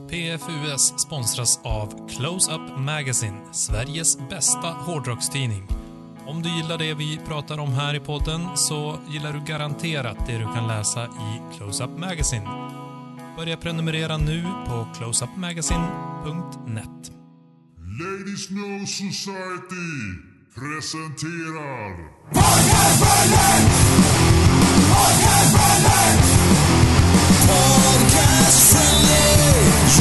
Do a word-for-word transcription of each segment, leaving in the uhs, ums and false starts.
P F U S sponsras av Close Up Magazine, Sveriges bästa hårdrockstidning. Om du gillar det vi pratar om här i podden så gillar du garanterat det du kan läsa i Close Up Magazine. Börja prenumerera nu på close up magazine punkt net. Ladies No Society presenterar Podcastbranden! Podcastbranden! Podcastbranden!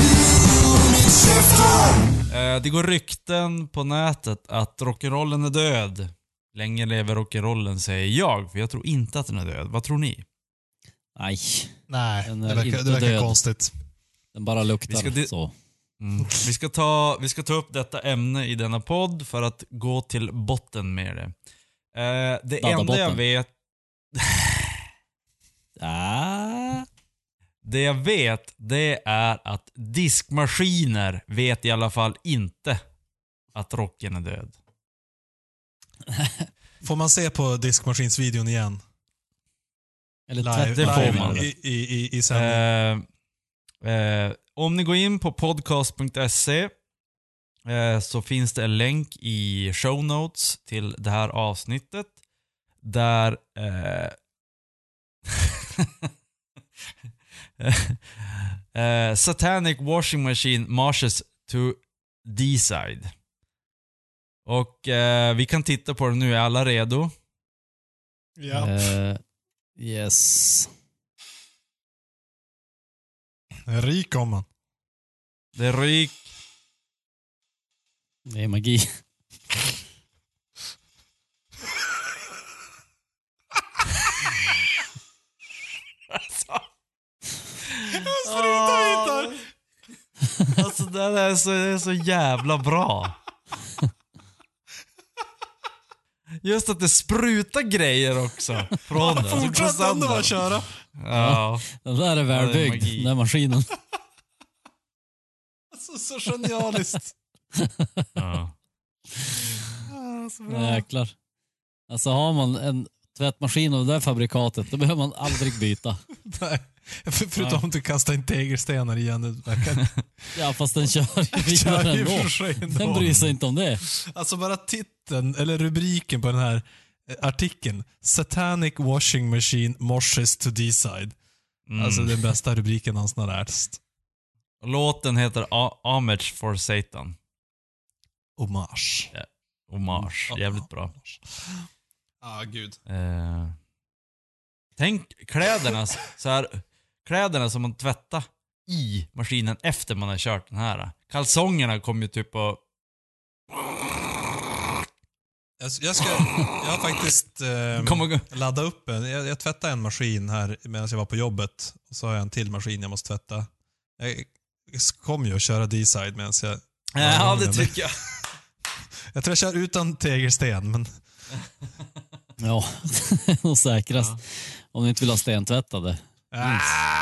Eh, det går rykten på nätet att rock'n'rollen är död. Länge lever rock'n'rollen, säger jag. För jag tror inte att den är död. Vad tror ni? Nej. Nej, Den det är verkar, inte det verkar död. konstigt. Den bara luktar Vi ska di- så. Mm. Vi, ska ta, vi ska ta upp detta ämne i denna podd för att gå till botten med det. Eh, det Ladda enda botten. jag vet... Ah. Det jag vet, det är att diskmaskiner vet i alla fall inte att rocken är död. Får man se på diskmaskinsvideon igen? Eller Live, det får live man. i, i, i, i sändning. Eh, eh, om ni går in på podcast punkt se eh, så finns det en länk i show notes till det här avsnittet där eh, eh, Satanic Washing Machine marches to D-side. Och eh, vi kan titta på det nu. Är alla redo? Ja. Eh, yes. Rik om man. Det är ryk. Det är magi. Alltså, alltså det är så, det är så jävla bra. Just att det sprutar grejer också från det. Alltså, Fortsätt ändå bara köra. Ja. Den där är välbyggd, magi. den där maskinen. Alltså, så genialiskt. Ja. Ah, så bra. Jäklar. Alltså har man en tvättmaskin av det där fabrikatet, då behöver man aldrig byta. Nej. För, förutom om du kastar in tegelstenar igen. Det verkar... Ja, fast den kör ju vidare Kör ju ändå. för sig ändå. Den bryr sig inte om det. Alltså bara titeln, eller rubriken på den här eh, artikeln. Satanic Washing Machine Moshes to D-side. Mm. Alltså den bästa rubriken någonsin har läst. Låten heter A- Homage for Satan. Hommage. Hommage. Jävligt bra. Ja, ah, gud. Eh. Tänk kläderna så här, kläderna som man tvättar i maskinen efter man har kört den här. Kalsongerna kommer ju typ att... Jag, jag, ska, jag har faktiskt eh, Kom laddat upp en. Jag, jag tvättade en maskin här medan jag var på jobbet. Och så har jag en till maskin jag måste tvätta. Jag kommer ju att köra D-side medan jag... Ja, det tycker jag. Jag tror jag kör utan tegelsten, men... Ja, det är nog säkrast. Ja. Om ni inte vill ha stentvättade. Ah.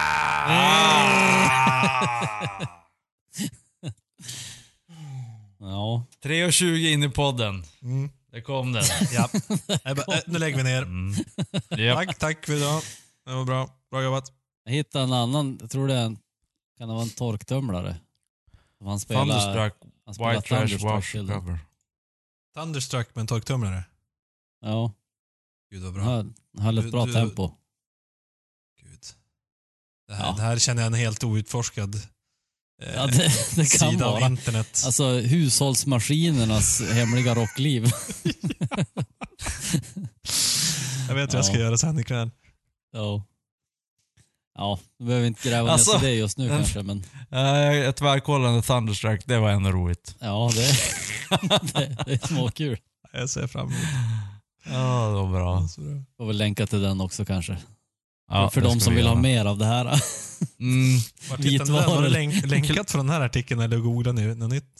Ja. tre och tjugo in i podden. Mm. Det kom den. Ja. Jag bara, äh, nu lägger vi ner. Mm. Yep. Tack, tack för idag. Det var bra. Bra jobbat. Jag hittade en annan, jag tror det är en, kan det vara en torktumlare. Han spelar, Thunderstruck, han spelar White Trash Thunderstruck Wash till den. Cover. Thunderstruck med en torktumlare. Ja, Gud vad han bra. höll, han höll Du- ett bra du- tempo. Gud. Det här, Ja. det här känner jag en helt outforskad eh, Ja, det, det kan sida av vara. internet. Alltså hushållsmaskinernas hemliga rockliv. jag vet vad jag ska Ja. göra sen ikväll. Ja. Ja, du behöver inte gräva Alltså, ner sig det just nu den- kanske, men Uh, ett tvärkollande Thunderstruck, det var ändå roligt. ja, det, det, det är småkul. Jag ser fram emot Ja, det var bra. Så bra. Får väl länka till den också kanske. Ja, för det de ska som vi vill ha göra. mer av det här. Mm. Vart hittade ni den? Vitvaror. Var det länk, länkat från den här artikeln eller googla ni något nytt?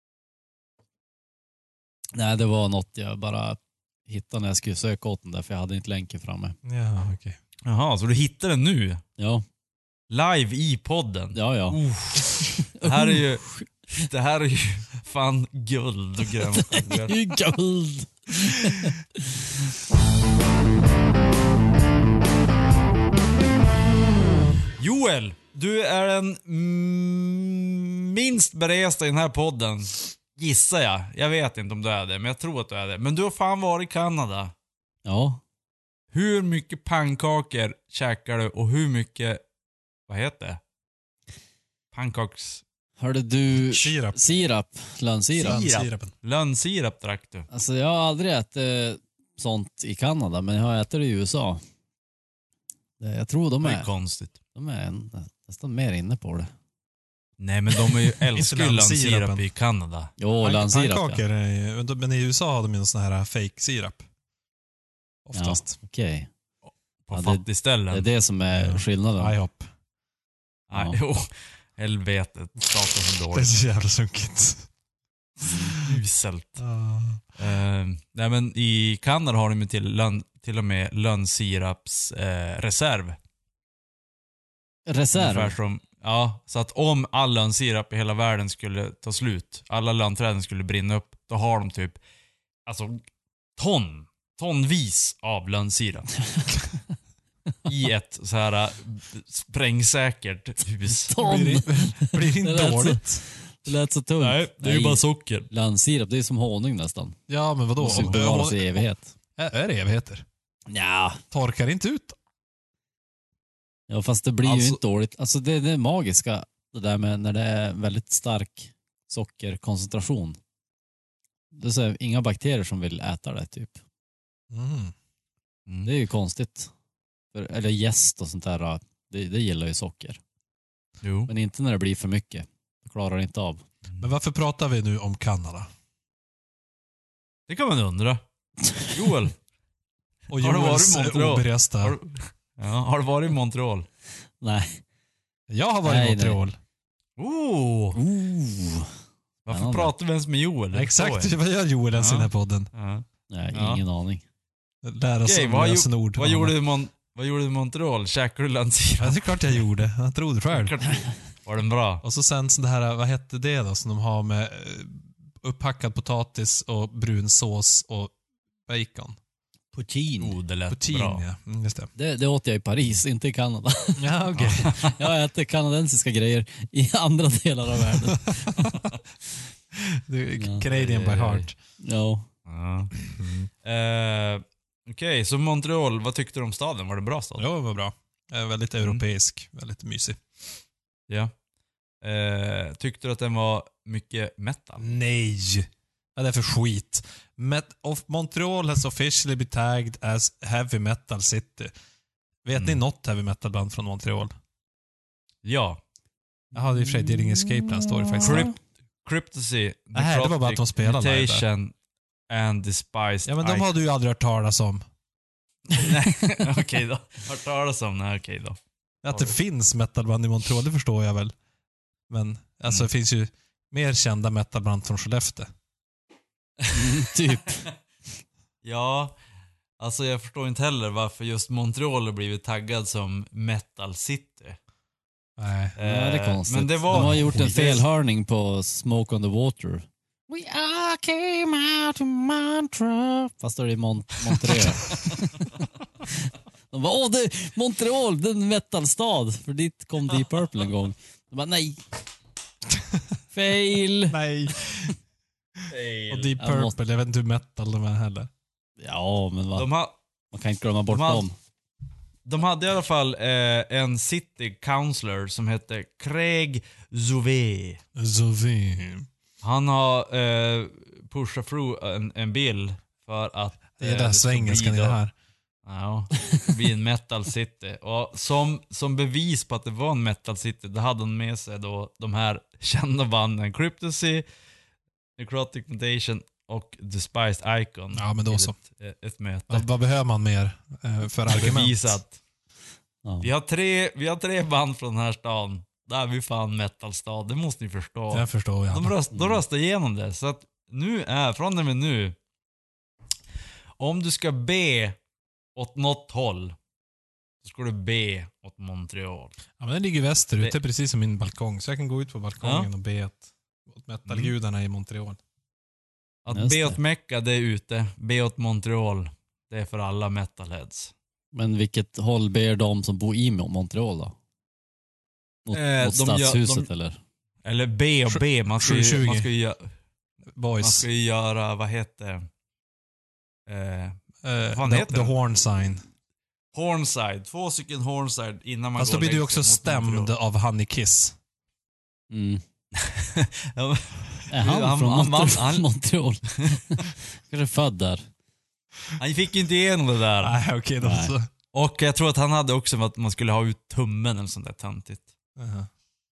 Nej, det var något jag bara hittade när jag skulle söka åt den där, för jag hade inte länken framme. Ja, okej. Jaha, så du hittade den nu? Ja, Live i podden? ja, ja. Det här är ju... Det här är ju fan guld och grönskog. Guld! Joel, Du är den mm, minst beresta i den här podden. Gissar jag. Jag vet inte om du är det, men jag tror att du är det. Men du har fan varit i Kanada. Ja. Hur mycket pannkakor käkar du och hur mycket, vad heter det? Pannkaks... Hörde du... Sirap. Sirap. Lönnsirap. Sirap. Sirapen. Lönnsirap drack du. Alltså jag har aldrig ätit sånt i Kanada, men jag har ätit det i U S A. Det- Jag tror de Det är är, konstigt. de är en- nästan mer inne på det. Nej, men de är ju älskar ju lönnsirapen. lönnsirap i Kanada. Jo, Pann- lönnsirap. Pannkakor, är ju- men i U S A har de ju någon sån här fake sirap. Ja, Oftast. okej. På Ja, det- fattigställen. Det är det som är Ja. skillnaden. IHOP. Nej, Ja. jo. Helvetet. Pratar så Det är dåligt. så jävla sunkigt. Uselt. Uh, Uh, nej, men i Kanada har de ju till, lön, till och med lönnsiraps eh, reserv. Ungefär Reserv. som, ja, så att om all lönnsirap i hela världen skulle ta slut, alla lönnträden skulle brinna upp, då har de typ, alltså ton, tonvis av lönnsirap. I ett så här äh, sprängsäkert hus. Ton. blir det, blir det inte Det lät så- dåligt? Det lät så tungt. Nej, det är ju bara socker. Lönnsirap, det är som honung nästan. Ja, men vadå? Måste ju bevaras i evighet. Är är det evigheter? Ja. Torkar inte ut? Ja, fast det blir Alltså- ju inte dåligt. Alltså det, det är magiska, det där med när det är väldigt stark sockerkoncentration. Det är så här, inga bakterier som vill äta det typ. Mm. Mm. Det är ju konstigt. För, eller jäst och sånt där, det, det gillar ju socker. Jo. Men inte när det blir för mycket. Det klarar det inte av. Men varför pratar vi nu om Kanada? Det kan man undra. Joel, Och Har du varit i Joels Montreal? oberesta. har du, ja, har du varit i Montreal? Nej. Jag har varit Nej, i Montreal. Oh, Ooh. varför Spännande. pratar vi ens med Joel? Det Exakt, förstår vad gör Joel ens i Ja. den här podden? jag. Ja. Nej, Ja. ingen aning. Lära oss Okej, om vad, gjo- lösenord. vad, gjorde du i Mon- vad gjorde du i Montreal? Käkade du lönnsirap? Ja, det är klart jag gjorde. Jag trodde själv. Var den bra? Och så sen så det här, vad hette det då, som de har med eh, upphackad potatis och brun sås och bacon. Poutine. Oh, det lät Poutine, bra. ja. Mm, just det. Det, det åt jag i Paris, inte i Kanada. Ja, okej. Jag har ätit kanadensiska grejer i andra delar av världen. Du är Ja. Canadian by heart. Ja. Ja. Eh, Okej, så Montreal, vad tyckte du om staden? Var det en bra stad? Ja, det var bra. Eh, väldigt Mm. europeisk, väldigt mysig. Ja. Eh, tyckte du att den var mycket metal? Nej! Vad är det för skit? Met- of Montreal has officially been tagged as heavy metal city. Vet ni Mm. något heavy metal band från Montreal? Ja. Jaha, det är i och för sig Dealing Escape Plan står det faktiskt. Crypt- Cryptosy, Nej, det var bara att de spelade live där. Mutation and Despised Ja, men de Icon. har du ju aldrig hört talas om. Nej, okej då. Hört talas om, nej okej då. Att det finns metalband i Montreal, det förstår jag väl. Men alltså Mm. det finns ju mer kända metalband från Skellefteå. Mm, typ. Ja, alltså jag förstår inte heller varför just Montreal har blivit taggad som Metal City. Nej. Ja, det är konstigt. Men det var De har gjort en skit. felhörning på Smoke on the Water. We all came out to Montreal. Fast då är det i Mont- Montreal. De bara, åh, det är Montreal, det är en metalstad. För dit kom Deep Purple en gång. De bara, nej. Fail. Nej. Och Deep Jag Purple, måste- jag vet inte hur metal de är heller. Ja, men va? De, ha, Man kan inte glömma bort de har- dem. de hade i alla fall eh, en city councilor som hette Craig Zouvet. Så vi... Han har eh, pushat through en, en bill för att Det är eh, där ska svengelskan i bli det då- här. Ja, det blir en metal city. Och som, som bevis på att det var en metal city, då hade han med sig då de här kända banden Cryptosy, Necrotic Mutation och Despised Icon. Ja, men då till så. Ett, ett möte. Vad, vad behöver man mer eh, för argument? Bevisat. Ja. Vi har, tre, vi har tre band från den här stan. Där är vi fan metalstad, det måste ni förstå. Jag förstår jag. De, röst, de röstar igenom det. Så att nu är, från och med nu, om du ska be åt något håll, så ska du be åt Montreal. Ja, men den ligger västerut, Det- det är precis som min balkong. Så jag kan gå ut på balkongen Ja. och be åt, åt metalgudarna i Montreal. Att Just be det. åt Mecca, det är ute. Be åt Montreal, det är för alla metalheads. Men vilket håll ber de som bor i Montreal då? Mot, Eh, mot de gör- stadshuset de- eller? Eller B och B. Man ska sju ju, tjugo. man ska ju, gö- man Boys. ska ju göra, vad heter det? Eh, Eh, fan the, heter the den? Horn Sign. Hornside. Två stycken Hornside innan man Fast går då blir och du lägger också sig mot stämd Montreal. av Honey Kiss. Mm. Ja, Är han, Han- från han- Montreal? han- Montreal? Kanske född där. han fick inte igenom det där. Nej, okej då Nej. så. Och jag tror att han hade också att man skulle ha ut tummen eller sånt där töntigt. Uh-huh.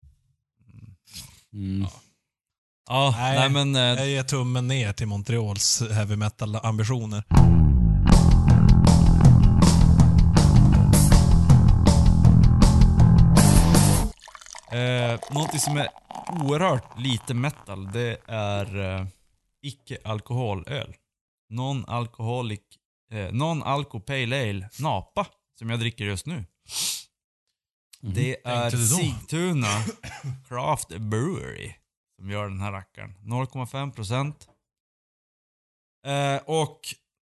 Mm. Ja, nej, Nej, men... Eh, Jag ger tummen ner till Montreals heavy metal-ambitioner. eh, någonting som är oerhört lite metal, det är eh, icke-alkoholöl. Non-alcoholic... Eh, non-alco pale ale, Napa, som jag dricker just nu. Det är Tänkte du då? Sigtuna Craft Brewery som gör den här rackaren. noll komma fem procent. Eh, och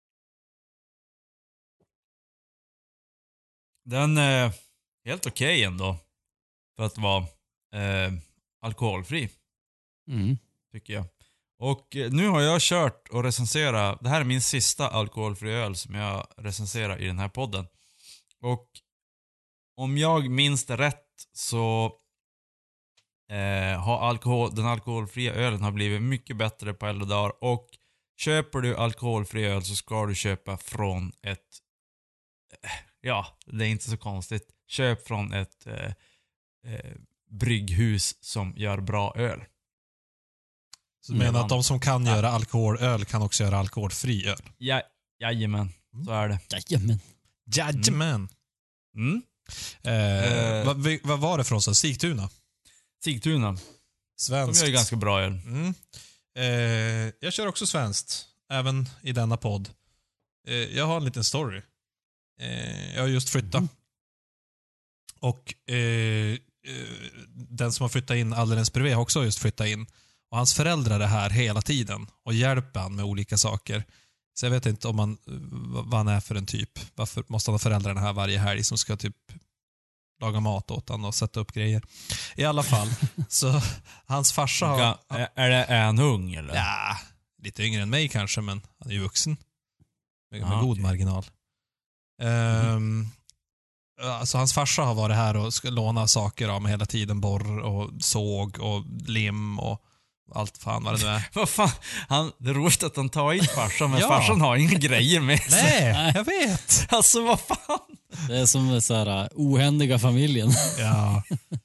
den är helt okej okay ändå för att vara eh, alkoholfri, Mm. tycker jag. Och eh, nu har jag kört och recenserat. Det här är min sista alkoholfri öl som jag recenserar i den här podden. Och om jag minns det rätt så eh, har alkohol, den alkoholfria ölen har blivit mycket bättre på äldre dagar. Och köper du alkoholfri öl så ska du köpa från ett... Eh, ja, det är inte så konstigt. Köp från ett eh, eh, brygghus som gör bra öl. Så du menar Mm. att de som kan göra alkoholöl kan också göra alkoholfri öl? Ja, jajamän, så är det. Jajamän. Jajamän. Mm. Eh, Eh. vad, vi- vad var det från så? Sigtuna? Sigtuna, de Svenskt. gör ju ganska bra öl. Mm. Eh, jag kör också svenskt, även i denna podd. Eh, jag har en liten story. Eh, jag har just flyttat. Mm. Och eh, eh, den som har flyttat in alldeles bredvid har också just flyttat in. Och hans föräldrar är här hela tiden och hjälper han med olika saker. Så jag vet inte om man, vad han är för en typ. Varför måste han ha föräldrarna här varje helg som ska typ laga mat åt han och sätta upp grejer. I alla fall, så hans farsa har... Ga- är, är, det, är han ung eller? Ja, lite yngre än mig kanske, men han är ju vuxen. Med, med Ah, god okej. marginal. Ehm, alltså hans farsa har varit här och ska låna saker av mig hela tiden. Borr och såg och lim och allt fan vad det nu är. Vad fan? Han, det är roligt att han tar in farsan, men Ja. farsan har inga grejer med sig. Nej, jag vet. Alltså vad fan? Det är som så här uh, ohändiga familjen. Ja.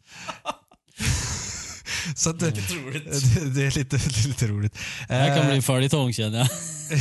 Så att det, Roligt. det, det, är lite, det är lite roligt. Det här kan Eh, bli en följetong känner jag.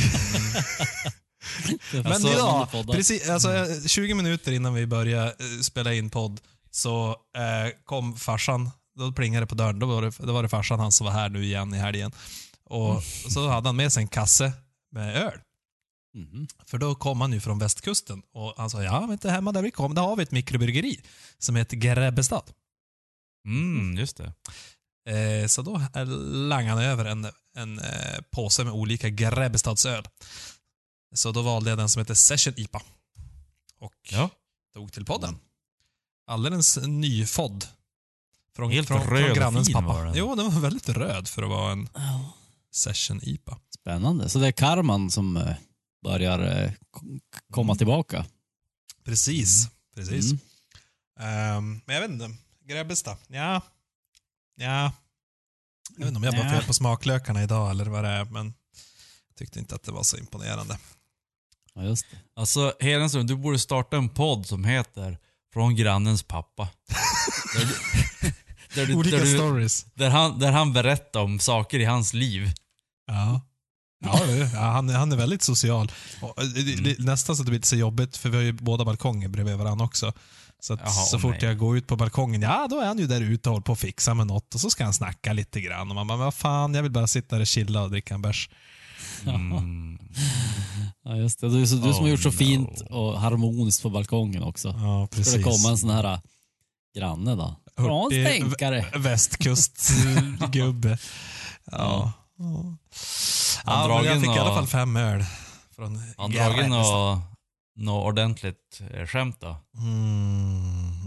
Men Alltså, idag, poddar. precis, alltså, tjugo minuter innan vi började eh, spela in podd så eh, kom farsan. Då plingade det på dörren. Då var det, då var det farsan, han som var här nu igen i helgen. Och så hade han med sig en kasse med öl. Mhm. För då kom han ju från västkusten. Och han sa, ja, men inte hemma där vi kom. Där har vi ett mikrobryggeri som heter Grebbestad. Mm, just det. Eh, så då eh, langade han över en, en eh, påse med olika Grebbestadsöl. Så då valde jag den som heter Session I P A. Och Ja. tog till podden. Alldeles nyfodd. Från, Helt från, röd från och grannens fin pappa. var den. Jo, den var väldigt röd för att vara en Ja. Session I P A. Spännande. Så det är karman som eh, börjar eh, k- komma tillbaka. Precis. Precis. Mm. Ehm, men jag vet inte. Grebbestad. Ja. Ja. Jag vet inte om jag bara Ja. fel på smaklökarna idag eller vad det är, men jag tyckte inte att det var så imponerande. Ja, just det. Alltså, Hedenström, du borde starta en podd som heter Från grannens pappa. där, du, där, du, Olika där, du, stories. där, han, där han berättar om saker i hans liv. Ja. Ja, det, ja han, är- han är väldigt social. Och, eh, det, det, nästan så att det blir lite så jobbigt, för vi har ju båda balkonger bredvid varandra också. Så, att, Jaha, så åh fort nej. jag går ut på balkongen, ja då är han ju där ute och håller på att fixa med något och så ska han snacka lite grann. Och man bara, vad fan, jag vill bara sitta där och chilla och dricka en bärs. Mm. Ja, just det. Du, så, du som Oh, har gjort så no. fint och harmoniskt på balkongen också. Ja, Ska precis. det komma en sån här äh, granne då? Från Hurtig stänkare. vä- Västkustgubbe. Ja. Ja, ja men jag fick i alla fall fem öl. Från Han dragit Grebbestad. något nå ordentligt eh, skämt då. Mm,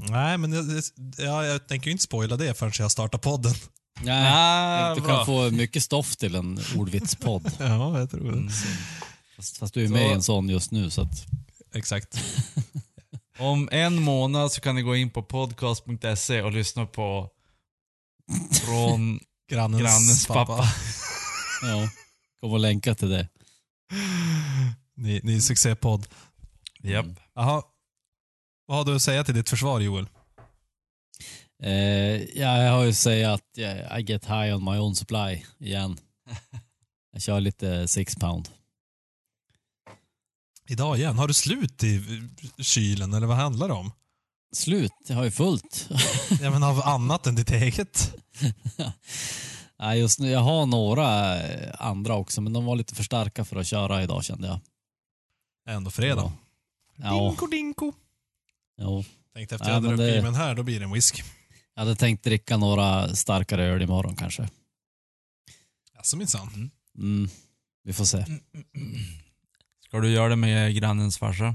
Nej, men jag, jag, jag tänker ju inte spoila det förrän jag startar podden. Nej, Ah, du bra. kan få mycket stoff till en ordvitspodd. Ja, jag tror det. Mm. Fast, fast du är med i en sån just nu så att... Exakt. Om en månad så kan ni gå in på podcast punkt se och lyssna på Från Grannens, grannens pappa. Ja, kommer att länka till det. Ni, ni är succépodd. Japp. Jaha. Vad har du att säga till ditt försvar, Joel? Eh, ja, jag har ju sagt att jag, I get high on my own supply igen. Jag kör lite six pound. Idag igen. Har du slut i kylen eller vad handlar det om? Slut, jag har ju fullt. Ja, men av annat än ditt eget. Ja, just nu, jag har några andra också, men de var lite för starka för att köra idag kände jag. Ändå fredag. Ja, Dinko, dinko. ja. Tänkte efter Ja, jag drar men upp det- i men här, då blir det en whisky. Jag hade tänkt dricka några starkare öl imorgon kanske. Alltså minsann. Mm, vi får se. Ska du göra det med grannens farsa?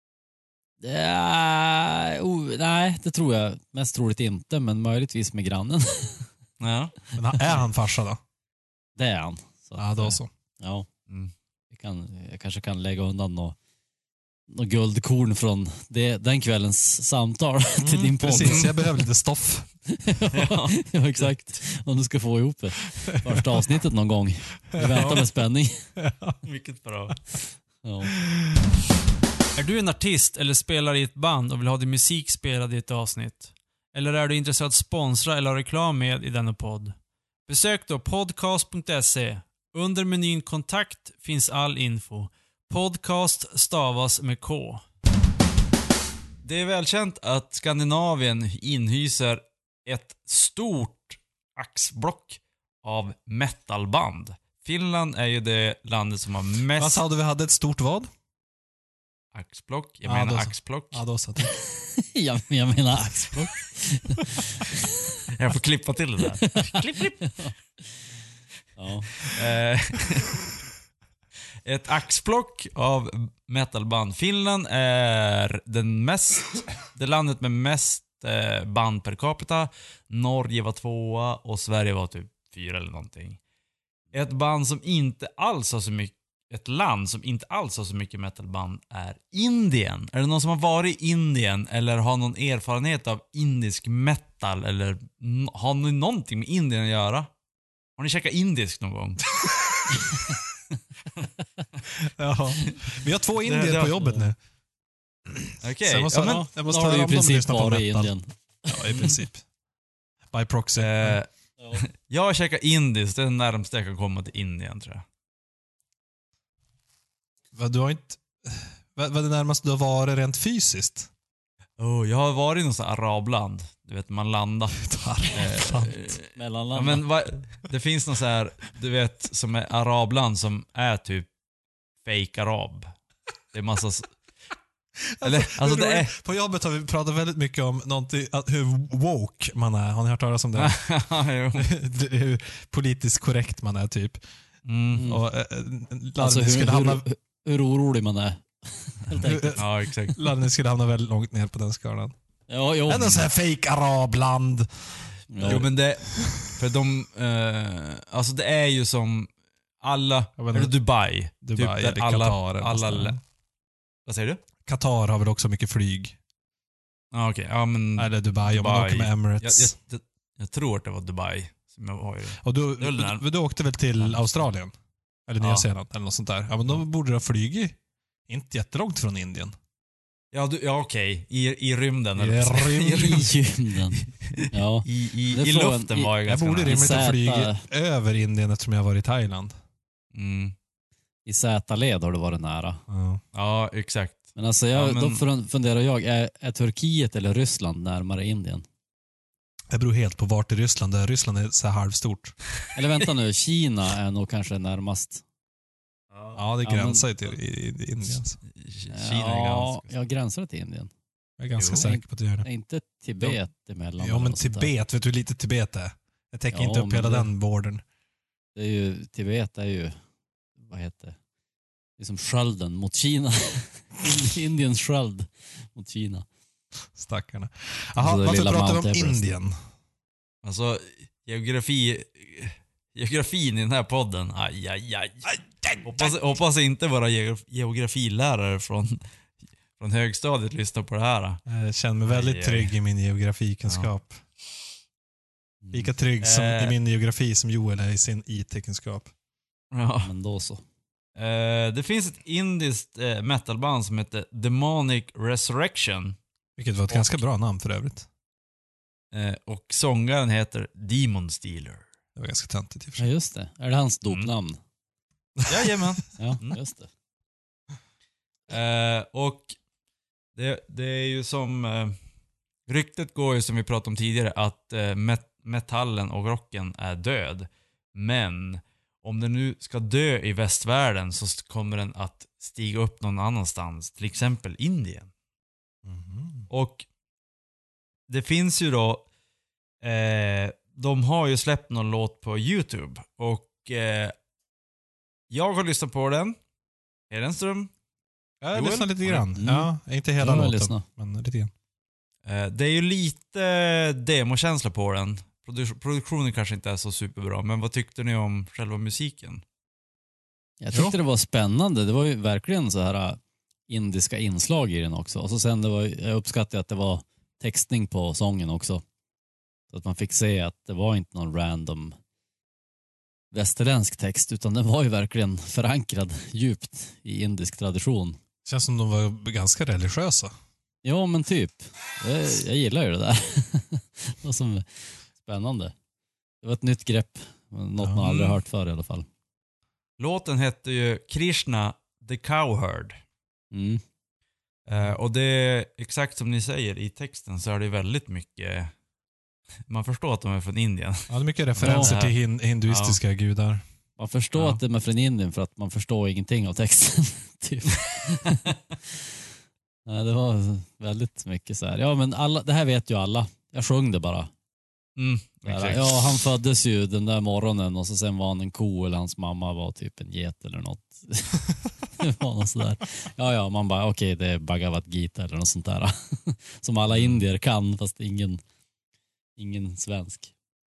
Ja, oh, nej, det tror jag mest troligt inte, men möjligtvis med grannen. Ja. Men han- är han farsa då? Det är han. Så Ja, att, då eh, så. Ja, Mm. jag, kan, jag kanske kan lägga undan något nå guldkorn från det, den kvällens samtal till din podd. Precis, jag behöver lite stoff. ja, ja, exakt. Om du ska få ihop det. Första avsnittet någon gång. Vi väntar med spänning. Vilket bra. Ja. Är du en artist eller spelar i ett band och vill ha din musik spelad i ett avsnitt? Eller är du intresserad att sponsra eller ha reklam med i denna podd? Besök då podcast punkt se. Under menyn kontakt finns all info. Podcast stavas med K. Det är välkänt att Skandinavien inhyser ett stort axblock av metalband. Finland är ju det landet som har Vad mest sa du, vi hade ett stort vad? axblock. Jag Ja, menar då så. axblock. Ja, då satt jag. jag, jag menar axplock. Jag får klippa till det där. klipp, klipp. Ja. Eh, Ett axplock av metalband. Finland är den mest, det landet med mest eh, band per capita. Norge var tvåa och Sverige var typ fyra eller någonting. Ett band som inte alls har så mycket, ett land som inte alls har så mycket metalband är Indien. Är det någon som har varit i Indien eller har någon erfarenhet av indisk metal eller n- har ni någonting med Indien att göra? Har ni käkat indisk någon gång? Ja. Vi har två Det- indier det- på jobbet nu. Okej. Så jag måste, Ja, men, jag Då måste har du höra i om de princip lyssnar på varit i metal. Indien. Ja, i princip. By proxy. eh, Ja. jag har käkat indiskt, det är det närmaste jag kan komma till Indien tror jag. Vad, du har inte... Vad, vad är det närmaste du har varit rent fysiskt? Oh, jag har varit i något sånt här arabland. Du vet, man landar. Eh, Mellanland. ja, men va, det finns något så här, du vet, som är arabland som är typ fake arab. Det är massa... s- Eller, alltså det är... På jobbet har vi pratat väldigt mycket om någonting, att hur woke man är. Har ni hört talas om det? Jo. Hur politiskt korrekt man är typ. Mm. Och, äh, alltså Larny hur, skulle hamna... hur, hur orolig man är. Helt enkelt. Ja, exakt. Larny skulle hamna väldigt långt ner på den skalan. Ja, jo. Ändå så här fake arabland. Ja. Jo men det, för de, eh, alltså det är ju som alla, Jag vet eller inte. Dubai. Dubai typ eller där alla, Qatar eller alla, något lä- Vad säger du? Qatar har väl också mycket flyg. Ja okej, ja men Eller Dubai, om man Dubai. åker med jag, Emirates. jag, jag, jag tror att det var Dubai som jag var i. Och du, det är väl den här- du, du åkte väl till Australien? Eller Nya Ja. Zeeland eller något sånt där. Ja men då borde du ha flugit inte jättelångt från Indien. Ja, du, ja okej, I, i rymden I eller vad säger jag? rymden. I gymden. Ja. I, i, Det i får en- luften i- var jag Jag ganska borde nära. rimligt ha Zäta. flugit över Indien eftersom jag var i Thailand. Mm. I Z-led har det varit nära. Ja. Ja, exakt. Men alltså, jag, Ja, men- då fun- funderar jag, är, är Turkiet eller Ryssland närmare Indien? Det beror helt på vart i Ryssland det är. Ryssland är så här halvstort. Eller vänta nu, Kina är nog kanske närmast. Ja, det Ja, men- gränsar ju till i, i, i Indien. Så. Kina är Ja, ganska... jag gränsar till Indien. Jag är ganska Jo. säker på att det gör det. Är inte Tibet emellan? Ja eller men något sånt där? Tibet, vet du hur lite Tibet är? Jag täcker Ja, inte upp men hela det- den borden. Det är ju, Tibet är ju, vad heter det? Det är som skölden mot Kina. Indiens sköld mot Kina. Stackarna. Så Jaha, det varför lilla pratar vi Mount om Everest. Indien? Alltså, geografi... Geografin i den här podden. Aj, aj, aj. Hoppas, hoppas inte våra geogra- geografilärare från, från högstadiet lyssnar på det här. Jag känner mig väldigt Aj, aj. trygg i min geografikunskap. Lika trygg som Eh. i min geografi som Joel är i sin I T-kunskap. Ja. Men då så. Eh, det finns ett indiskt eh, metalband som heter Demonic Resurrection. Vilket var ett Och- ganska bra namn för övrigt. Eh, och sångaren heter Demon Stealer. Det var ganska töntigt i och för Ja, sig. just det. Är det hans dopnamn? Jajamän. Ja, Mm. just det. Eh, och det, det är ju som... Eh, ryktet går ju som vi pratade om tidigare att eh, met- metallen och rocken är död. Men om den nu ska dö i västvärlden så st- kommer den att stiga upp någon annanstans. Till exempel Indien. Mhm. Och det finns ju då... Eh, de har ju släppt någon låt på YouTube. Och eh, jag har lyssnat på den. Hedenström. Jag Joel? lyssnar lite grann. Mm. Ja, inte hela Ja, jag låten, lyssnar. men lite grann. Eh, det är ju lite demokänsla på den. Produ- produktionen kanske inte är så superbra, men vad tyckte ni om själva musiken? Jag tyckte det var spännande. Det var ju verkligen så här äh, indiska inslag i den också. Och så sen det var, jag uppskattade att det var textning på sången också. Så att man fick se att det var inte någon random västerländsk text, utan den var ju verkligen förankrad djupt i indisk tradition. Känns som de var ganska religiösa. Ja, men typ. Jag, jag gillar ju det där. Det var som spännande. Det var ett nytt grepp. Något man aldrig hört förr i alla fall. Låten hette ju Krishna the Cowherd. Mm. Eh, och det är exakt som ni säger i texten så är det väldigt mycket... Man förstår att de är från Indien. Ja, det är mycket referenser Ja. till hin- hinduistiska gudar. Man förstår Ja. att det är med från Indien för att man förstår ingenting av texten. Typ. Nej, det var väldigt mycket så här. Ja, men alla, det här vet ju alla. Jag sjöng det bara. Mm, Så här, exakt. ja, han föddes ju den där morgonen och så sen var han en ko eller hans mamma var typ en get eller något. Det var något sådär. Ja, ja, man bara okej, det är Bhagavad Gita eller något sånt där. Som alla indier kan, fast ingen, ingen svensk.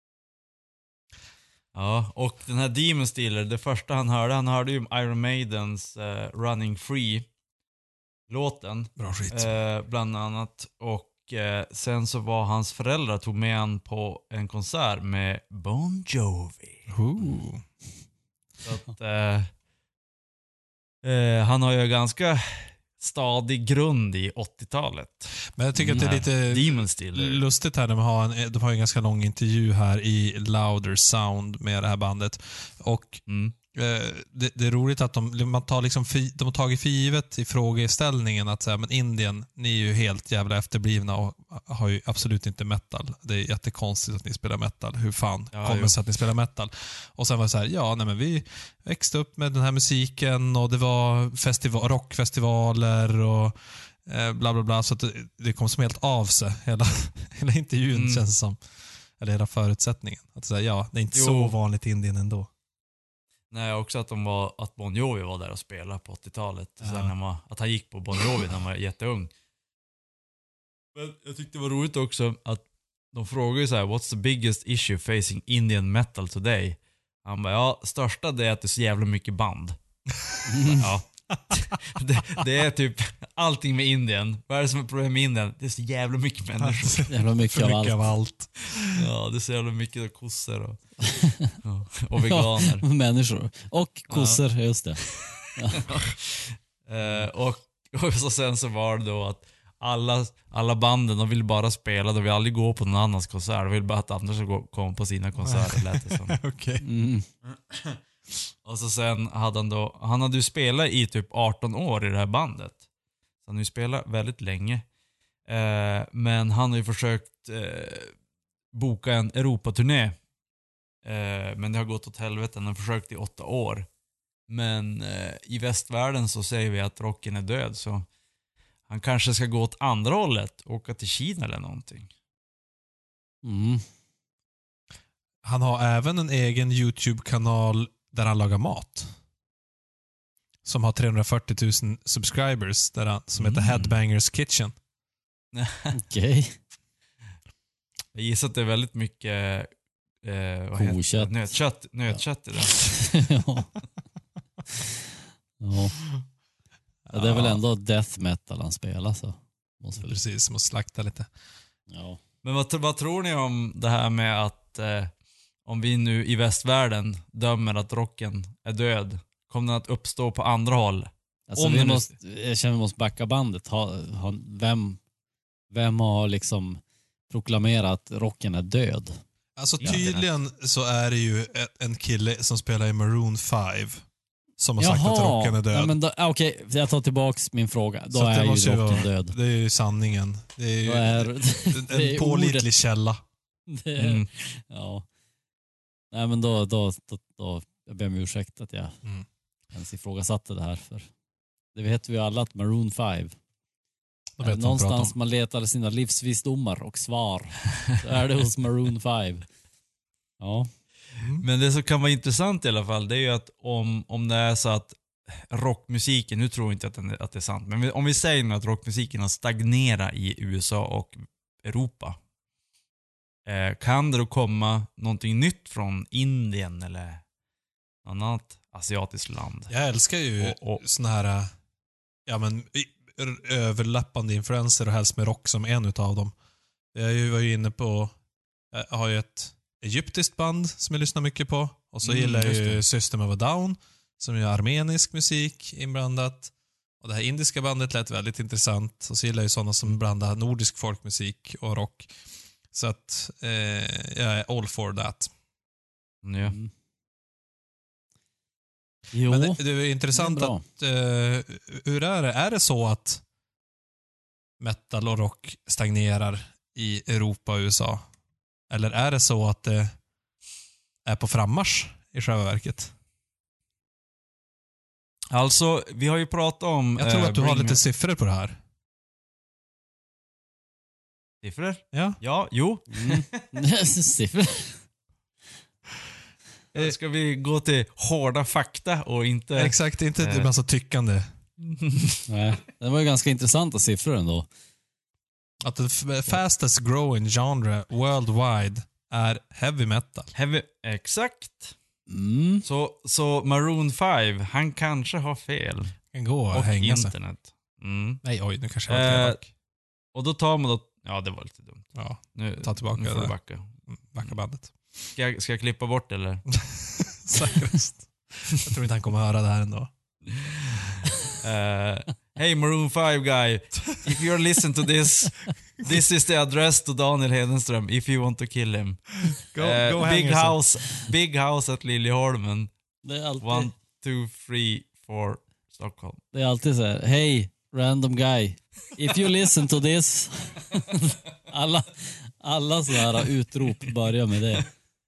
Ja, och den här Demon Stealer, det första han hörde, han hörde ju Iron Maidens eh, Running Free-låten. Bra skit. Eh, bland annat. Och eh, sen så var hans föräldrar tog med han på en konsert med Bon Jovi. Ooh. Så att, eh, eh, han har ju ganska stadig grund i åttiotalet. Men jag tycker att det är lite Demon Stealer. lustigt här när man har en, de har ju en ganska lång intervju här i Louder Sound med det här bandet. Och Mm. eh, det, det är roligt att de, man tar liksom fi, de har tagit för givet i frågeställningen att säga, men Indien, ni är ju helt jävla efterblivna och har ju absolut inte metal. Det är jättekonstigt att ni spelar metal. Hur fan Ja, kommer jo. det sig att ni spelar metal? Och sen var det så här, ja, nej men vi växte upp med den här musiken och det var festival, rockfestivaler och eh, bla bla bla. Så att det, det kom som helt av sig, hela, hela intervjun Mm. känns det som. Eller hela förutsättningen. Att säga, ja, det är inte Jo. så vanligt i Indien ändå. Nej, också att, de var, att Bon Jovi var där och spelade på åttiotalet. Ja. Sen när han var, att han gick på Bon Jovi när han var jätteung. Men jag tyckte det var roligt också att de frågade ju så här: what's the biggest issue facing Indian metal today? Han bara, ja, största det är att det är så jävla mycket band. Ja. det, det är typ allting med Indien. Vad är det som är problem med Indien? Det är så jävla mycket människor. Jävla mycket För av mycket allt. av allt. Ja, det är så jävla mycket av kossor och, ja, och veganer. Ja, människor. Och kossor, just det. Eh, och, och så sen så var det då att alla, alla banden, de vill bara spela, de vill aldrig gå på någon annans konsert. De vill bara att andra ska gå, komma på sina konserter, lät det som. Okej. Mm. Och så sen hade han då, han hade ju spelat i typ arton år i det här bandet. Så han har ju spelat väldigt länge. Eh, men han har ju försökt eh, boka en Europaturné. Eh, men det har gått åt helvete, han har försökt i åtta år. Men eh, i västvärlden så säger vi att rocken är död, så han kanske ska gå åt andra hållet, åka till Kina eller någonting. Mm. Han har även en egen YouTube-kanal där han lagar mat. Som har trehundrafyrtio tusen subscribers, där han, som heter Mm. Headbangers Kitchen. Okej. Jag gissar att det är väldigt mycket eh, vad heter Kokött. det? Nötkött, nötkött i den. ja. ja. Ja, det är väl ändå death metal han spelar så. Måste väl... Precis, som att slakta lite. Ja. Men vad, vad tror ni om det här med att eh, om vi nu i västvärlden dömer att rocken är död, kommer den att uppstå på andra håll? Alltså, Om vi det nu- måste, jag känner vi måste backa bandet. Ha, ha, vem, vem har liksom proklamerat att rocken är död? Alltså Ja. tydligen så är det ju ett- en kille som spelar i Maroon fem som har sagt att rocken är död. Ja, men då, ah, okej, jag tar tillbaks min fråga. Då Så att det är måste ju ju rocken vara- död. Det är ju sanningen. Det är ju Då är, en, det är en pålitlig ordet. källa. Det är, Mm. Ja. Nej men då, då, då, då jag ber om ursäkt att jag Mm. ens ifrågasatte det här. För det vet vi ju alla att Maroon fem, Då är vet man vad någonstans om. man letar sina livsvisdomar och svar, så är det hos Maroon fem. Ja. Men det som kan vara intressant i alla fall, det är ju att om, om det är så att rockmusiken, nu tror jag inte att, den, att det är sant, men om vi säger nu att rockmusiken har stagnerat i U S A och Europa, eh, kan det då komma någonting nytt från Indien eller annat asiatiskt land? Jag älskar ju Och- och- såna här ja, men, i- ö- överlappande influenser och helst med rock som en utav dem. Jag var ju inne på, jag har ju ett egyptiskt band som jag lyssnar mycket på. Och så Mm, gillar jag just ju det. System of a Down som är armenisk musik inblandat. Och det här indiska bandet lät väldigt intressant. Och så gillar jag ju sådana som blandar nordisk folkmusik och rock. Så att eh, jag är all for that. Ja. Mm. Jo, Men det, det är intressant det är bra. att, eh, hur är det? Är det så att metal och rock stagnerar i Europa och U S A? Eller är det så att det är på frammarsch i själva verket? Alltså, vi har ju pratat om... Jag tror eh, att du har Bring- lite siffror på det här. Siffror? Ja. Ja, jo. Mm. Siffror. Eh, Ska vi gå till hårda fakta och inte... Exakt, inte Eh. en massa tyckande. Nej, det var ju ganska intressanta siffror ändå. Att the f- fastest growing genre worldwide är heavy metal. Heavy, exakt. Mm. Så, så Maroon fem, han kanske har fel. Kan gå och, Och hänga sig. internet. Mm. Nej, oj, nu kanske jag var Eh, elak. Och då tar man då... Ja, det var lite dumt. Ja, Nu, ta tillbaka nu får du det. backa. Backa bandet. Ska jag, ska jag klippa bort eller? Säkrast. Jag tror inte han kommer höra det här ändå. Uh, hey Maroon fem guy, if you're listening to this, this is the address to Daniel Hedenström if you want to kill him. Go, Eh, go hang big yourself. house, big house at Liljeholmen. Det är alltid, One, two, three, four, Stockholm. det är alltid så här, hey random guy, if you listen to this. alla, alla sådana här utrop börjar med det.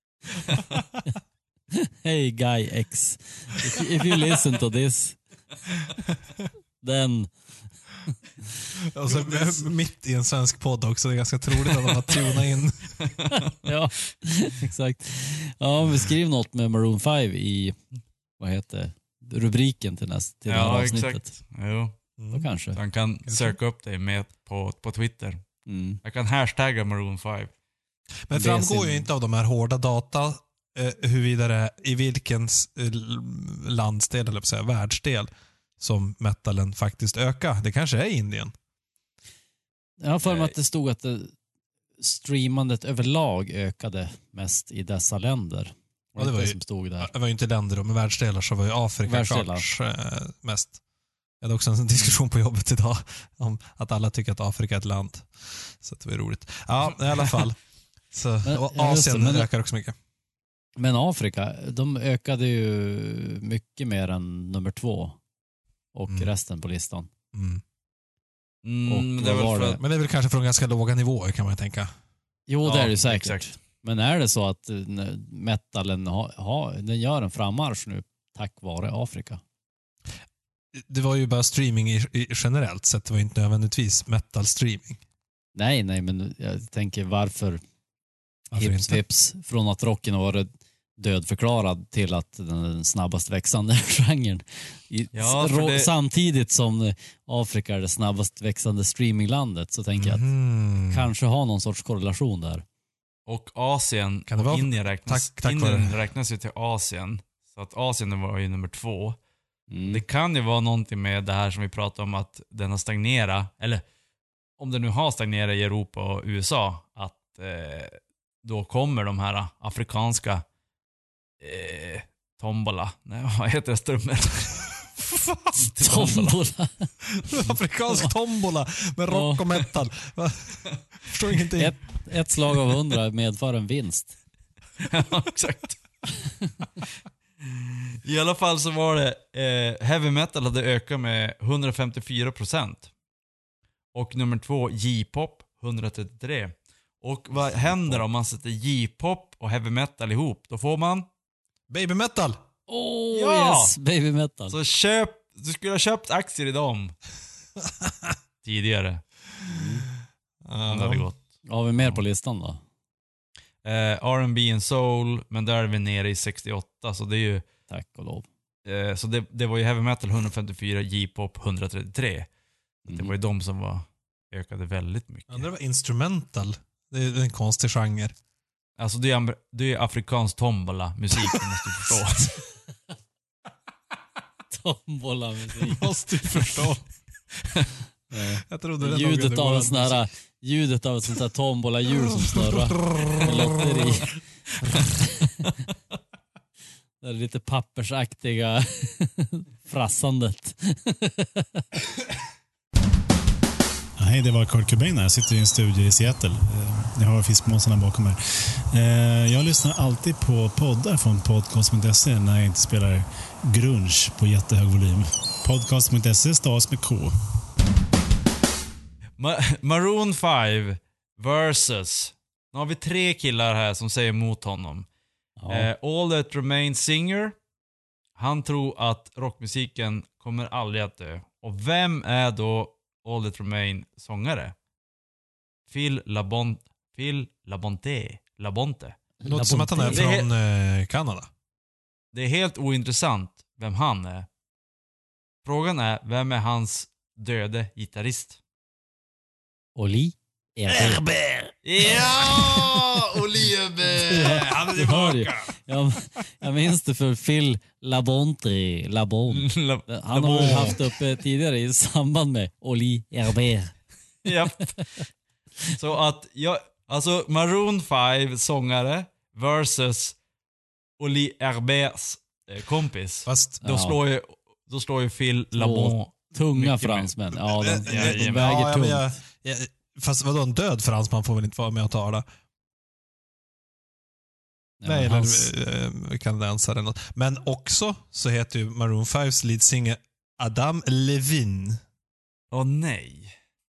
Hey guy X, if, if you listen to this, then... Och så mitt i en svensk podd också. Det är ganska troligt att de har tunat in. Ja, exakt. Ja, om vi skriver något med Maroon fem i, vad heter det, rubriken till, näst, till det här Ja, avsnittet. exakt. Jo. Då kanske. Han kan söka upp dig med på, på Twitter. Mm. Jag kan hashtagga Maroon fem. Men Det är framgår sin- ju inte av de här hårda data eh, huruvida det är i vilken eh, landsdel, eller på säga, världsdel som metalen faktiskt ökar. Det kanske är Indien. Jag har för mig att det stod att det, streamandet överlag ökade mest i dessa länder. Ja, det var det ju- som stod där. Det var ju inte länder då, men världsdelar, så var ju Afrika Världsdelar. klart eh, mest. Jag hade också en diskussion på jobbet idag om att alla tycker att Afrika är ett land. Så det var ju roligt. Ja, i alla fall. Så, Men- och ja, just det, Asien men- ökar också mycket. Men Afrika, de ökade ju mycket mer än nummer två och Mm. resten på listan. Mm. Mm, Och det är vad väl var för det? att- Men det är väl kanske från ganska låga nivåer, kan man ju tänka. Jo, det Ja, är det ju säkert. exakt. Men är det så att eh, metalen ha, ha, den gör en frammarsch nu tack vare Afrika? Det var ju bara streaming i, i, generellt sett. Det var ju inte nödvändigtvis metal streaming. Nej, nej, men jag tänker varför Varför hips inte? hips från att rocken har varit dödförklarad till att den, den snabbast växande genren. I, Ja, för rå, det- Samtidigt som Afrika är det snabbast växande streaminglandet, så tänker jag att Mm. kanske ha någon sorts korrelation där. Och Asien Kan det och vara- Indien räknas, tack- tack Indien vare- räknas ju till Asien. Så att Asien var ju nummer två. Mm. Det kan ju vara någonting med det här som vi pratade om, att den har stagnerat, eller om den nu har stagnerat i Europa och U S A, att eh, då kommer de här afrikanska eh, tombola, nej vad heter det, strummor? Tombola. Afrikansk tombola med rock och metal. Va? Förstår ingenting. Ett, ett slag av hundra medför en vinst. Ja, exakt. I alla fall så var det eh, heavy metal hade ökat med hundrafemtiofyra procent. Och nummer två, J-pop, hundratrettiotre. Och vad händer om man sätter J-pop och heavy metal ihop? Då får man... Baby metal. Oh Ja! yes, baby metal. Så köp... Du skulle ha köpt aktier i dem. Tidigare. Om det hade gått. Har vi mer på listan då? Eh, R and B and soul, men där är vi nere i sextioåtta, så det är ju... Tack och lov. Eh, så det, det var ju heavy metal hundrafemtiofyra, J-pop hundratrettiotre. Mm. Det var ju de som var, ökade väldigt mycket. Ja, det var instrumental. Det är en konstig genre. Alltså det är, amer- det är afrikansk tombola musik, du måste förstå. Tombola musik. Måste du förstå. Ja. Jag trodde det Ljudet låg av under en sån här, ljudet av ett sånt här tombola-hjul som snurrar. Med lotteri. Det är lite pappersaktiga frassandet. Hej, det var Kurt Cobain här. Jag sitter i en studio i Seattle. Eh, Jag har fiskmåsarna bakom här. Eh, Jag lyssnar alltid på poddar från podcast punkt se när jag inte spelar grunge på jättehög volym. podcast punkt se stavas med K. Ma- Maroon five versus... Nu har vi tre killar här som säger emot honom. Ja. Eh, All That Remains Singer. Han tror att rockmusiken kommer aldrig att dö. Och vem är då All That Remain sångare? Phil Labonte. Phil Labonte. Labonte. Det låter som att han är Det är- från eh, Kanada. Det är helt ointressant vem han är. Frågan är, vem är hans döde gitarrist? Oli? Erbe. Ja! Oliver! Han är Du hör ju. tillbaka! Jag, jag minns det för Phil Labonte. Labon. La- Han har väl haft uppe tidigare i samband med Oli Erbe. Japp. Så att jag, alltså Maroon five sångare versus Oli Herbers eh, kompis. Fast Då Ja. slår ju, då slår ju Phil Labon. Tunga mycket fransmän. Ja, de, de, Ja, de ja, väger ja, men tungt. jag, jag, fast vadå, en död fransman får väl inte vara med och tala? Ja, Nej, men eller hans- eh, kanadensare eller något. Men också så heter ju Maroon fives leadsinger Adam Levine. Åh nej.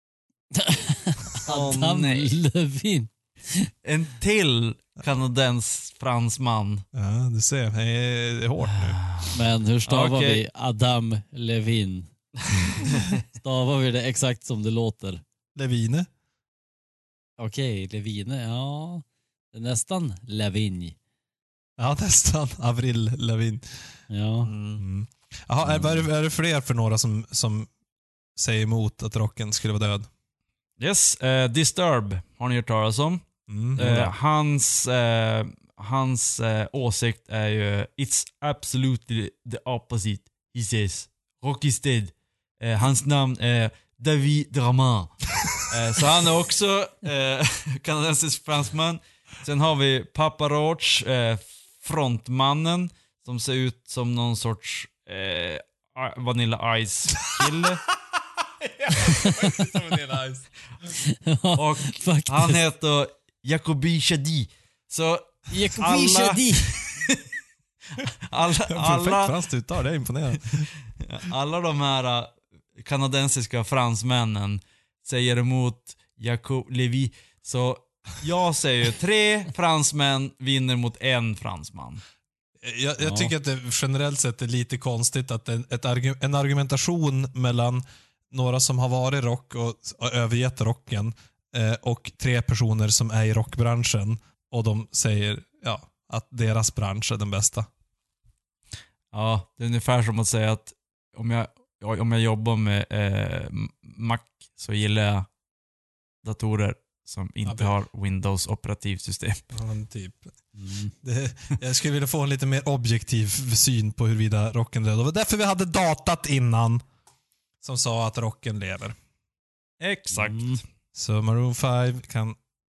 Åh, Adam nej. Levin. En till kanadens fransman. Ja, du ser. Det är, det är hårt nu. Men hur stavar Okej. vi Adam Levin? Stavar vi det exakt som det låter? Levine. Okej, Levine, ja. Det är nästan Levin. Ja, nästan. Avril Levine. Ja. Mm. Jaha, är, vad är, det, är det fler för några som, som säger emot att rocken skulle vara död? Yes, eh, Disturb har ni hört talas om. Mm. Eh, hans eh, hans eh, åsikt är ju it's absolutely the opposite. He says rock is dead. Eh, hans namn är David Draman. eh, så han är också eh, kanadensisk fransman. Sen har vi Papa Roach, eh, frontmannen, som ser ut som någon sorts eh, Vanilla Ice-kille. Och Faktiskt. han heter Jacobi Chadi. Så Jacobi alla- Chadi. alla, Perfekt alla, franskt uttal, det är imponerande. alla de här äh, kanadensiska fransmännen säger emot Jacob Levi. Så jag säger tre fransmän vinner mot en fransman. Jag, jag Ja. tycker att det generellt sett är lite konstigt att en, ett argu, en argumentation mellan några som har varit rock och, och övergett rocken eh, och tre personer som är i rockbranschen och de säger ja, att deras bransch är den bästa. Ja, det är ungefär som att säga att om jag, om jag jobbar med eh, Mac så gillar jag datorer som inte Ja, det- har Windows operativsystem. Ja, men typ. Mm. Det, jag skulle vilja få en lite mer objektiv syn på huruvida rocken lever. Det var därför vi hade datat innan som sa att rocken lever. Exakt. Mm. Så Maroon fem kan...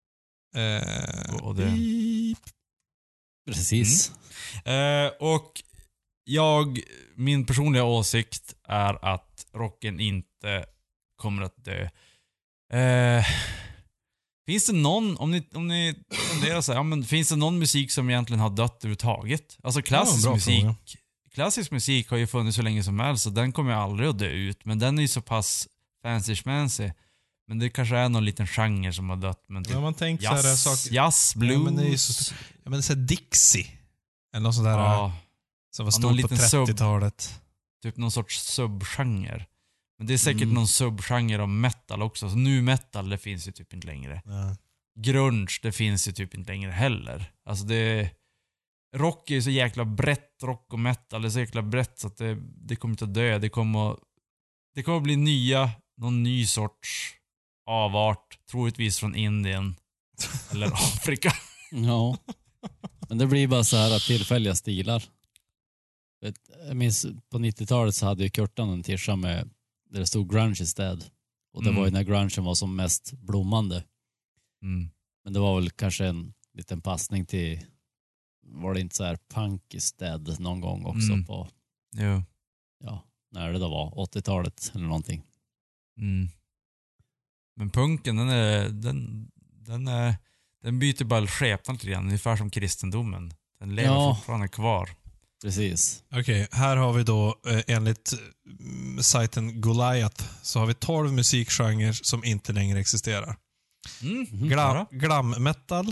Eh, Och det- beep. Precis. Eh, och jag, min personliga åsikt är att rocken inte kommer att dö. Eh, finns det någon, om ni, om ni funderar så här, ja, men finns det någon musik som egentligen har dött överhuvudtaget? Alltså klassisk Ja, bra musik, fråga. klassisk musik har ju funnits så länge som helst, så den kommer ju aldrig att dö ut. Men den är ju så pass fancy schmancy. Men det kanske är någon liten genre som har dött. Men typ Ja, man tänker så här jazz, saker... jazz, blues. Ja, men det är ju så- Ja, men det är Dixie. Eller något sånt där ja, som var Ja, någon stort på liten sub. trettiotalet. typ någon sorts subgenre. Men det är säkert Mm. någon subgenre av metal också. Så nu metal, det finns ju typ inte längre. Ja. Grunge, det finns ju typ inte längre heller. Alltså det... Rock är ju så jäkla brett, rock och metal är så jäkla brett så att det, det kommer inte att dö. Det kommer att, det kommer att bli nya, någon ny sorts avart. Troligtvis från Indien. Eller Afrika. Ja. Men det blir bara så här tillfälliga stilar. Vet- Jag minns på nittiotalet så hade ju Kurtan en tisha med där det stod grunge istället. Och det Mm. var ju när grungen var som mest blommande. Mm. Men det var väl kanske en liten passning till, var det inte så här punk istället någon gång också Mm. på, Jo. ja, när det då var, åttiotalet eller någonting. Mm. Men punken, den är, den, den är, den byter bara skepnad lite grann, ungefär som kristendomen. Den lever Ja. fortfarande kvar. Precis. Okej, här har vi då eh, enligt mm, sajten Goliath så har vi tolv musikgenrer som inte längre existerar. Mm. Mhm. Glam, glam metal.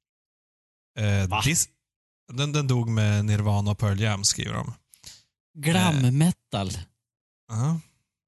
Eh, Va? dis- den, den dog med Nirvana och Pearl Jam, skriver de. Glam metal. Aha.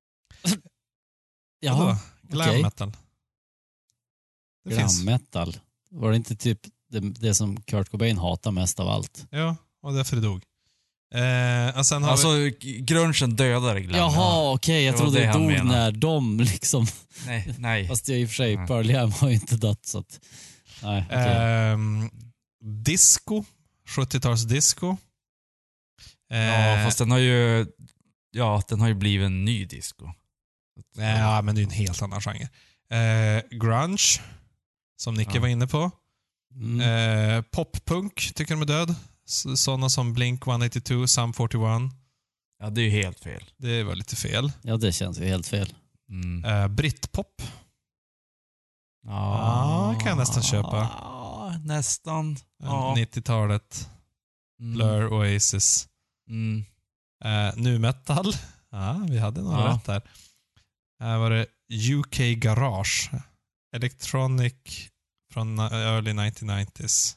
Jaha, Vadå? Glam okej. metal. Det Glam finns. metal. Var det inte typ det, det som Kurt Cobain hatar mest av allt? Ja, och därför det dog. Eh, och sen har Alltså, vi... g- grungen dödade glam. Jaha, okej. Jag Det var trodde det det han dog menade. när de liksom... Nej, nej. Fast jag i och för sig, Nej. Pearl Jam har ju inte dött så att... Nej, okej. Ehm, disco. sjuttio-tals disco. Eh, Ja, fast den har ju... Ja, den har ju blivit en ny disco. nej, ja, men det är en helt annan genre. Eh, grunge. Som Nicke Ja. var inne på. Mm. Eh, poppunk tycker de är död. S- Sådana som Blink one eighty-two, Sum fyrtioett. Ja, det är ju helt fel. Det var lite fel. Ja, det känns ju helt fel. Mm. Eh, Britpop. Ja, kan jag nästan köpa. Ja, nästan. Ja. Eh, nittio-talet. Mm. Blur, Oasis. Mm. Eh, nu metal. Ja, vi hade några Ja. rätt där. Här var det U K Garage. Electronic från early nineteen-nineties.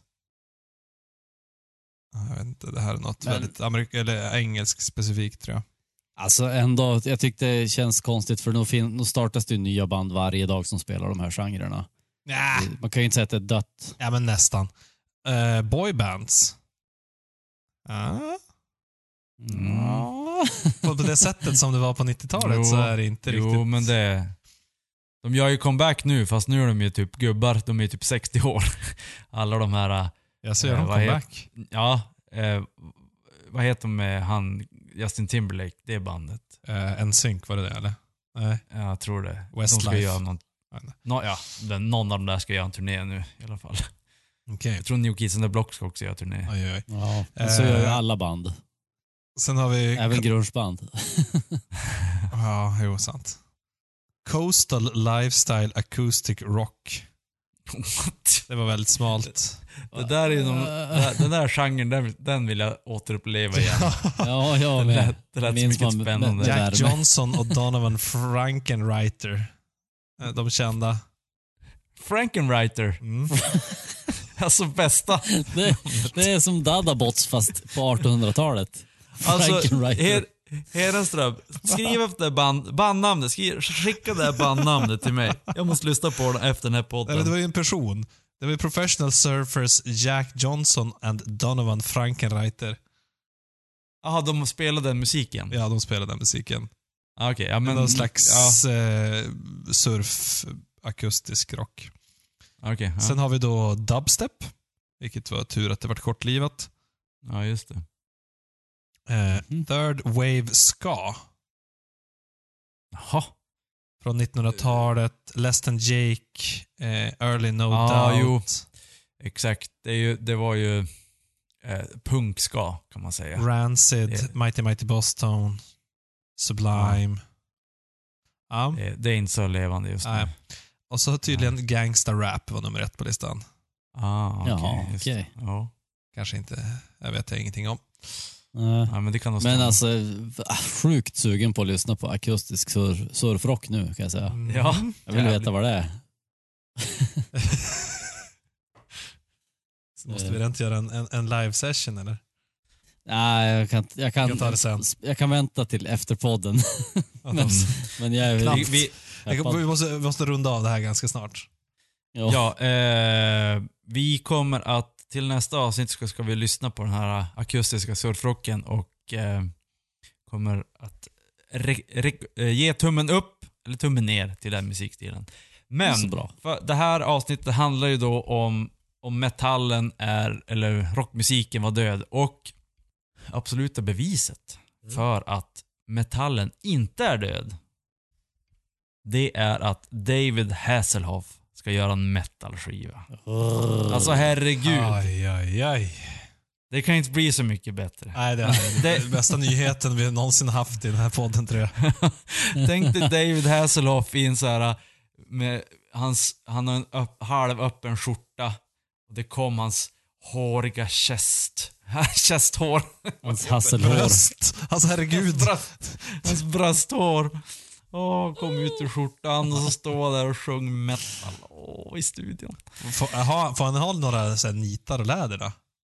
Ja, jag vet inte, det här är något Men- väldigt amerik- eller engelsk specifikt tror jag. Alltså ändå, jag tyckte det känns konstigt för nu, fin- nu startas det ju nya band varje dag som spelar de här genrerna. Ja, Man kan ju inte säga att det är dött. ja men nästan. Uh, boybands. Ja, Mm. Ja. på på det sättet som det var på nittio-talet Jo, så är det inte Jo, riktigt. men det... De gör ju comeback nu, fast nu är de ju typ gubbar. De är ju typ sextio år. Alla de här... Jag ser dem Eh, vad comeback. Ja, eh, vad heter de med han, Justin Timberlake, det bandet? Uh, en synk var det det eller? Nej. Ja, jag tror det. De Westlife. ska göra någon, Jag vet inte. nå, ja, den, någon av dem där ska göra en turné nu i alla fall. Okej. Jag tror New Kids on the Block ska också göra turné. Oj, oj. Ja, men så gör ju alla band. Sen har vi... Även grungeband. Ja, jo, sant. Coastal Lifestyle Acoustic Rock. Det var väldigt smalt. Det där är någon, den där genren, den, den vill jag återuppleva igen. Ja, jag Det med. lät, det lät så Minns mycket man- spännande. med- Jack värme. Johnson och Donovan Frankenreiter. Eh, De kända. Frankenwriter. Mm. Alltså bästa. Det, det är som Dadabots fast på artonhundratalet. Alltså, Frankenwriter. Hed, Hedenström, skriv efter band, bandnamnet. Skriv, skicka det här bandnamnet till mig. Jag måste lyssna på det efter den här Eller det podden. var ju en person. Det var Professional Surfers Jack Johnson and Donovan Frankenreiter. Jaha, de spelade den musiken? Ja, de spelade den musiken. Ah, Okej, okay, ja men... Någon slags ja. eh, surf, akustisk rock. Okay, ja. Sen har vi då dubstep, vilket var tur att det var kortlivat. Ja, just det. Eh, Third Wave Ska. Jaha. Från nittonhundratalet, Less Than Jake, eh, Early No ah, Doubt. Jo. Exakt, det, är ju, det var ju eh, punkska kan man säga. Rancid, det... Mighty Mighty Boston, Sublime. Ja. Ja. Det, det är inte så levande just nu. Nej. Och så tydligen Nej. Gangsta Rap var nummer ett på listan. Ah, okej. Okay, okay. Ja. Kanske inte, jag vet jag ingenting om. Uh, ja, men det kan men alltså, sjukt sugen på att lyssna på akustisk sur, surfrock nu kan jag säga. Mm. Ja. Jag vill veta vad det är. Så måste vi inte göra en, en, en live session eller? Nej, jag kan, jag kan, jag kan ta det sen. Jag kan vänta till efter podden. men, men jag är vi, vi, vi, måste, vi måste runda av det här ganska snart. Jo. Ja, eh, vi kommer att till nästa avsnitt ska, ska vi lyssna på den här akustiska surfrocken och eh, kommer att re, re, ge tummen upp eller tummen ner till den musikstilen. Men det, för det här avsnittet handlar ju då om om metallen är eller rockmusiken var död och absoluta beviset mm. för att metallen inte är död. Det är att David Hasselhoff ska göra en metalskiva. Oh. Alltså herregud. Aj, aj, aj. Det kan inte bli så mycket bättre. Nej, det är det. Den bästa nyheten vi någonsin haft i den här podden tror jag. Tänk dig David Hasselhoff i en så här med hans, han har en upp, halv öppen skjorta och det kom hans håriga chest. Chesthår. Hans hasselhår. Bröst. Alltså herregud. Hans, bröst, hans brösthår. Åh, kom ut ur skjortan och så stod där och sjöng metal Åh, i studion. Får, aha, får han ha några så här, nitar och läder då?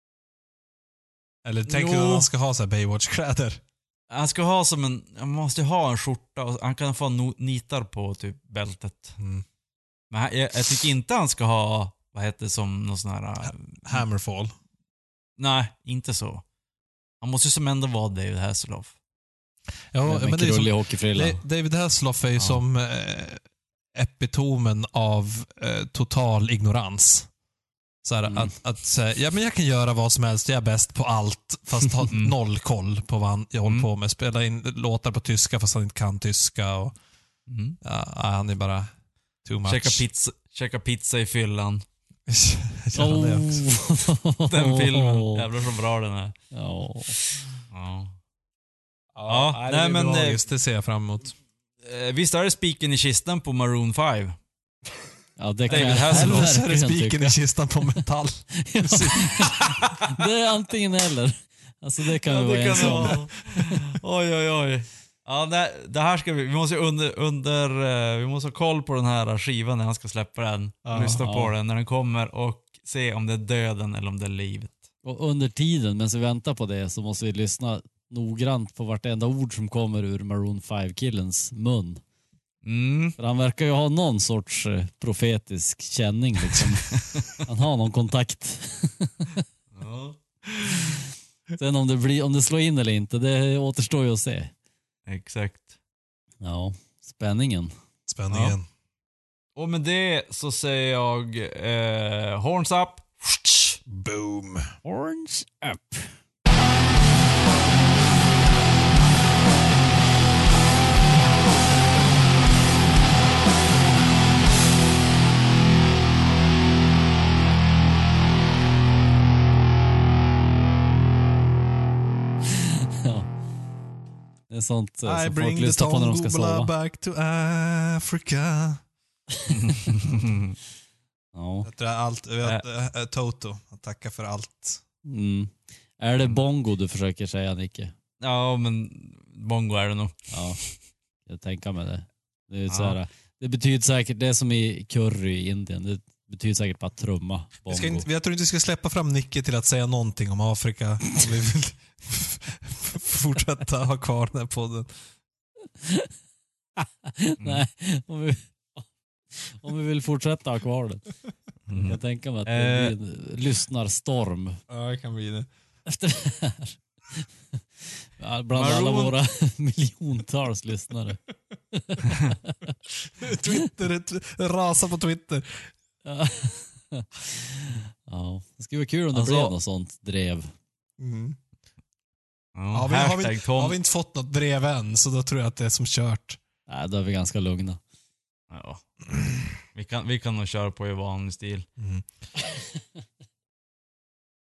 Eller tänker du att han ska ha så här Baywatch-kläder? Han ska ha som en, han måste ha en skjorta och han kan få no, nitar på typ bältet. Mm. Men jag, jag tycker inte han ska ha, vad heter det, som någon sån här... Ha- Hammerfall. Nej, inte så. Han måste ju som ändå vara David Hasselhoff. Ja, med, men med det är som, hockeyfrilla. David Hasselhoff är ju ja. som eh, epitomen av eh, total ignorans. Så här, mm. att, att säga, ja men jag kan göra vad som helst, jag är bäst på allt, fast ha mm. noll koll på vad han, jag håller mm. på med. Spela in låtar på tyska fast han inte kan tyska. Och, mm. ja, han är bara too much. Käka pizza, käka pizza i fyllan. oh. Den filmen, jävlar så bra den är. Oh. Ja. Ja, ja, nej, men bra, just det ser jag fram emot. Eh, visst är det spiken i kistan på Maroon fem? Ja, det kan David jag Hasselhoff. Så är det spiken i kistan på metall. Det är antingen eller. Alltså det kan ja, vi vara ensam. Oj, oj, oj. Ja, det, det här ska vi, vi måste under, under, vi måste ha koll på den här skivan när han ska släppa den. Ja, lyssna på ja. den när den kommer och se om det är döden eller om det är livet. Och under tiden, medan vi väntar på det, så måste vi lyssna noggrant på vartenda ord som kommer ur Maroon fem-killens mun. Mm. För han verkar ju ha någon sorts profetisk känning liksom. Han har någon kontakt. Ja. Sen om det, blir, om det slår in eller inte, det återstår ju att se. Exakt. Ja, spänningen. Spänningen. Ja. Och med det så säger jag eh, horns up. Boom. Horns up. Det är sånt eh, som folk lyssnar på när de ska sova. I bring the back to Africa. Ja. Jag tror allt, vet, äh. äh, Toto, tacka för allt. Mm. Är det bongo du försöker säga, Nicke? Ja, men bongo är det nog. Ja, jag tänker med det. Det, är ja. så här, det betyder säkert, det är som i curry i Indien, det betyder säkert bara trumma. Vi ska inte, jag tror inte vi ska släppa fram Nicke till att säga någonting om Afrika. Om vi vill fortsätta ha kvar den här podden. Mm. Nej, om vi, om vi vill fortsätta ha kvar den. Jag kan tänka mig att det blir en lyssnarstorm. Ja, det kan bli det. Efter det här. Ja, bland Maroon. alla våra miljontals lyssnare. Twitter, t- rasa på Twitter. Ja. Ja, det skulle vara kul om det Alltså- blev något sånt drev. Mm. Ja, Har, vi, har, hashtag vi, Tom. har vi inte fått något drev än, så då tror jag att det är som kört. Nej, då är vi ganska lugna. Ja. Vi kan, vi kan nog köra på i vanlig stil. Mm.